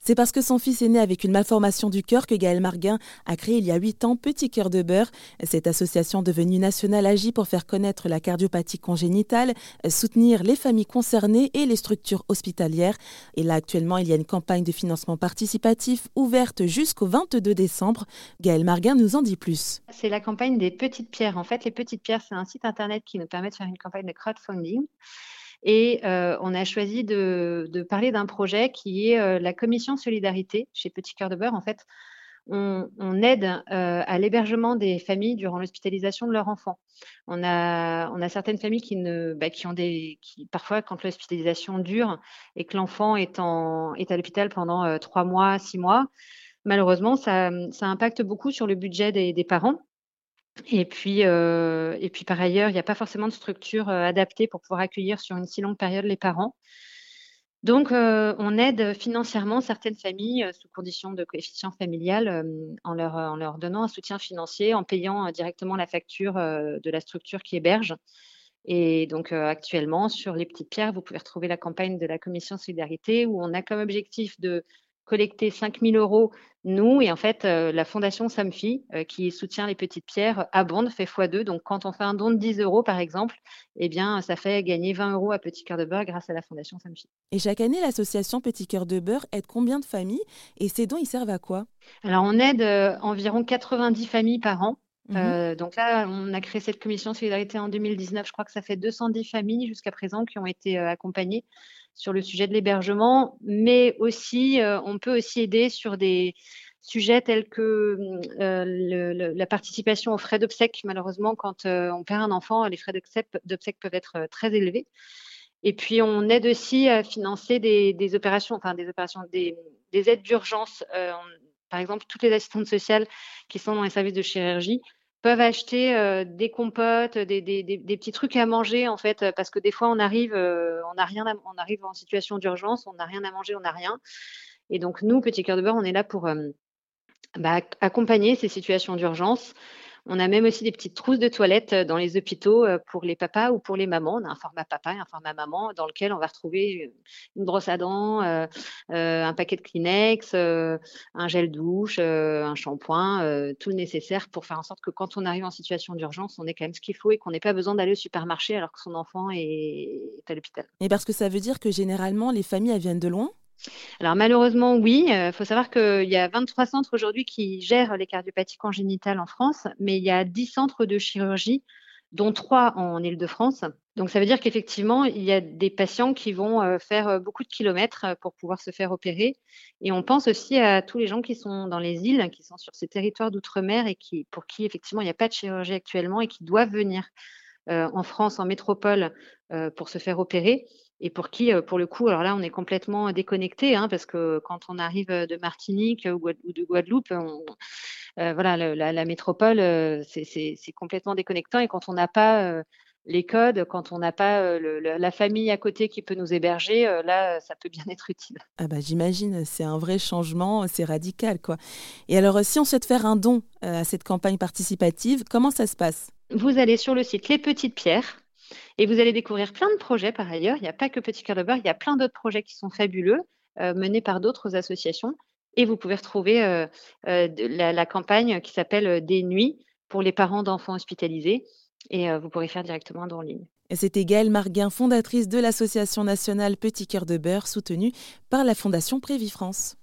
C'est parce que son fils est né avec une malformation du cœur que Gaël Marguin a créé il y a 8 ans Petit Cœur de Beurre. Cette association devenue nationale agit pour faire connaître la cardiopathie congénitale, soutenir les familles concernées et les structures hospitalières. Et là, actuellement, il y a une campagne de financement participatif ouverte jusqu'au 22 décembre. Gaël Marguin nous en dit plus. C'est la campagne des Petites Pierres. En fait, les Petites Pierres, c'est un site internet qui nous permet de faire une campagne de crowdfunding. Et on a choisi de parler d'un projet qui est la commission solidarité chez Petit Cœur de Beurre. En fait, on aide à l'hébergement des familles durant l'hospitalisation de leurs enfants. On a certaines familles qui parfois, quand l'hospitalisation dure et que l'enfant est à l'hôpital pendant 3 mois, 6 mois, malheureusement, ça impacte beaucoup sur le budget des parents. Et puis par ailleurs, il n'y a pas forcément de structure adaptée pour pouvoir accueillir sur une si longue période les parents. Donc, on aide financièrement certaines familles sous condition de coefficient familial en leur donnant un soutien financier, en payant directement la facture de la structure qui héberge. Et donc, actuellement, sur les Petites Pierres, vous pouvez retrouver la campagne de la commission solidarité où on a comme objectif de collecter 5 000 € nous et en fait, la fondation Samfi, qui soutient les Petites Pierres, abonde, fait x2. Donc quand on fait un don de 10 € par exemple, eh bien, ça fait gagner 20 € à Petit Cœur de Beurre grâce à la fondation Samfi. Et chaque année, l'association Petit Cœur de Beurre aide combien de familles et ces dons, ils servent à quoi? Alors on aide, environ 90 familles par an. Mhm. Donc là, on a créé cette commission solidarité en 2019. Je crois que ça fait 210 familles jusqu'à présent qui ont été accompagnées sur le sujet de l'hébergement, mais aussi, on peut aussi aider sur des sujets tels que la participation aux frais d'obsèques. Malheureusement, quand on perd un enfant, les frais d'obsèques peuvent être très élevés. Et puis, on aide aussi à financer des opérations, des aides d'urgence. Par exemple, toutes les assistantes sociales qui sont dans les services de chirurgie peuvent acheter des compotes, des petits trucs à manger en fait, parce que des fois on arrive, on arrive en situation d'urgence, on n'a rien à manger, on n'a rien. Et donc nous, Petit Cœur de Beurre, on est là pour accompagner ces situations d'urgence. On a même aussi des petites trousses de toilettes dans les hôpitaux pour les papas ou pour les mamans. On a un format papa et un format maman dans lequel on va retrouver une brosse à dents, un paquet de Kleenex, un gel douche, un shampoing, tout le nécessaire pour faire en sorte que quand on arrive en situation d'urgence, on ait quand même ce qu'il faut et qu'on n'ait pas besoin d'aller au supermarché alors que son enfant est à l'hôpital. Et parce que ça veut dire que généralement, les familles, elles viennent de loin? Alors malheureusement, oui. Faut savoir qu'il y a 23 centres aujourd'hui qui gèrent les cardiopathies congénitales en France, mais il y a 10 centres de chirurgie, dont 3 en Île-de-France. Donc ça veut dire qu'effectivement, il y a des patients qui vont faire beaucoup de kilomètres pour pouvoir se faire opérer. Et on pense aussi à tous les gens qui sont dans les îles, qui sont sur ces territoires d'outre-mer et pour qui effectivement il n'y a pas de chirurgie actuellement et qui doivent venir en France, en métropole, pour se faire opérer et pour qui, pour le coup, alors là, on est complètement déconnecté, hein, parce que quand on arrive de Martinique ou de Guadeloupe, voilà, la métropole, c'est complètement déconnectant et quand on n'a pas les codes, quand on n'a pas la famille à côté qui peut nous héberger, là, ça peut bien être utile. Ah bah j'imagine, c'est un vrai changement, c'est radical quoi. Et alors, si on souhaite faire un don à cette campagne participative, comment ça se passe? Vous allez sur le site Les Petites Pierres et vous allez découvrir plein de projets par ailleurs. Il n'y a pas que Petit Cœur de Beurre, il y a plein d'autres projets qui sont fabuleux, menés par d'autres associations. Et vous pouvez retrouver la campagne qui s'appelle Des nuits pour les parents d'enfants hospitalisés. Et vous pourrez faire directement un don en ligne. Et c'était Gaëlle Marguin, fondatrice de l'association nationale Petit Cœur de Beurre, soutenue par la Fondation Prévifrance.